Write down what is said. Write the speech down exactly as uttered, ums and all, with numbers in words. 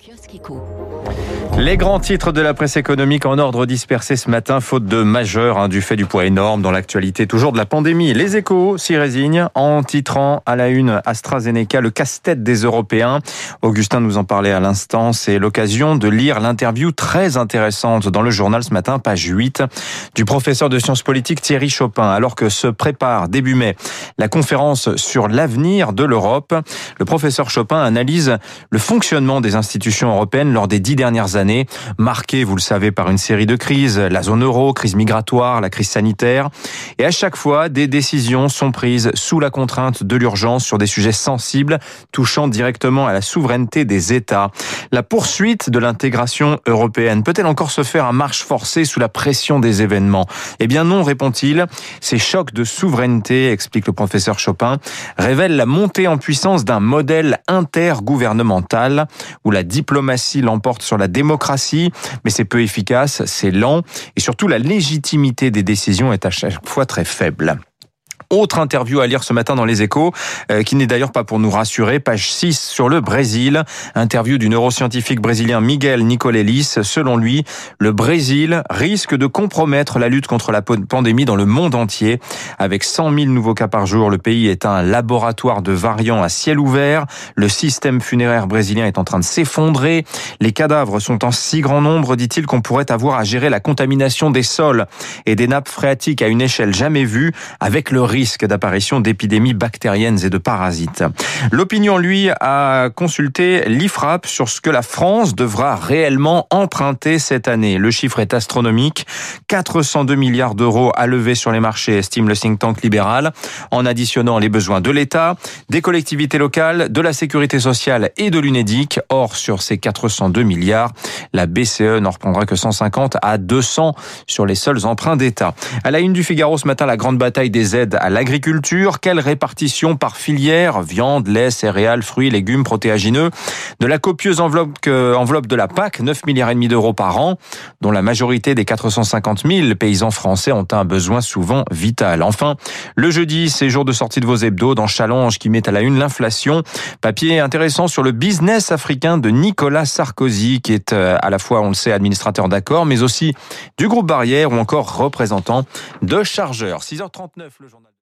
Kiosque Éco. Les grands titres de la presse économique en ordre dispersé ce matin, faute de majeur, hein, du fait du poids énorme dans l'actualité toujours de la pandémie. Les Échos s'y résignent en titrant à la une AstraZeneca, le casse-tête des Européens. Augustin nous en parlait à l'instant. C'est l'occasion de lire l'interview très intéressante dans le journal ce matin, page huit, du professeur de sciences politiques Thierry Chopin. Alors que se prépare début mai la conférence sur l'avenir de l'Europe, le professeur Chopin analyse le fonctionnement des institutions européennes lors des dix dernières années, marquées, vous le savez, par une série de crises, la zone euro, crise migratoire, la crise sanitaire. Et à chaque fois, des décisions sont prises sous la contrainte de l'urgence sur des sujets sensibles, touchant directement à la souveraineté des États. La poursuite de l'intégration européenne peut-elle encore se faire à marche forcée sous la pression des événements ? Eh bien non, répond-il. Ces chocs de souveraineté, explique le professeur Chopin, révèlent la montée en puissance d'un modèle intergouvernemental où la diplomatie l'emporte sur la démocratie, mais c'est peu efficace, c'est lent et surtout la légitimité des décisions est à chaque fois très faible. Autre interview à lire ce matin dans les Échos, euh, qui n'est d'ailleurs pas pour nous rassurer, page six sur le Brésil. Interview du neuroscientifique brésilien Miguel Nicolelis. Selon lui, le Brésil risque de compromettre la lutte contre la pandémie dans le monde entier. Avec cent mille nouveaux cas par jour, le pays est un laboratoire de variants à ciel ouvert. Le système funéraire brésilien est en train de s'effondrer. Les cadavres sont en si grand nombre, dit-il, qu'on pourrait avoir à gérer la contamination des sols et des nappes phréatiques à une échelle jamais vue, avec le risque risque d'apparition d'épidémies bactériennes et de parasites. L'opinion, lui, a consulté l'I F R A P sur ce que la France devra réellement emprunter cette année. Le chiffre est astronomique, quatre cent deux milliards d'euros à lever sur les marchés, estime le think tank libéral, en additionnant les besoins de l'État, des collectivités locales, de la sécurité sociale et de l'Unédic. Or, sur ces quatre cent deux milliards, la B C E n'en reprendra que cent cinquante à deux cents sur les seuls emprunts d'État. À la une du Figaro ce matin, la grande bataille des aides à l'agriculture. Quelle répartition par filière ? Viande, lait, céréales, fruits, légumes, protéagineux. De la copieuse enveloppe, que, enveloppe de la P A C, neuf milliards et demi d'euros par an, dont la majorité des quatre cent cinquante mille paysans français ont un besoin souvent vital. Enfin, le jeudi, c'est jour de sortie de vos hebdos dans Challenge qui met à la une l'inflation. Papier intéressant sur le business africain de Nicolas Sarkozy, qui est à la fois, on le sait, administrateur d'Accor, mais aussi du groupe Barrière ou encore représentant de Chargeurs. six heures trente-neuf, le journal.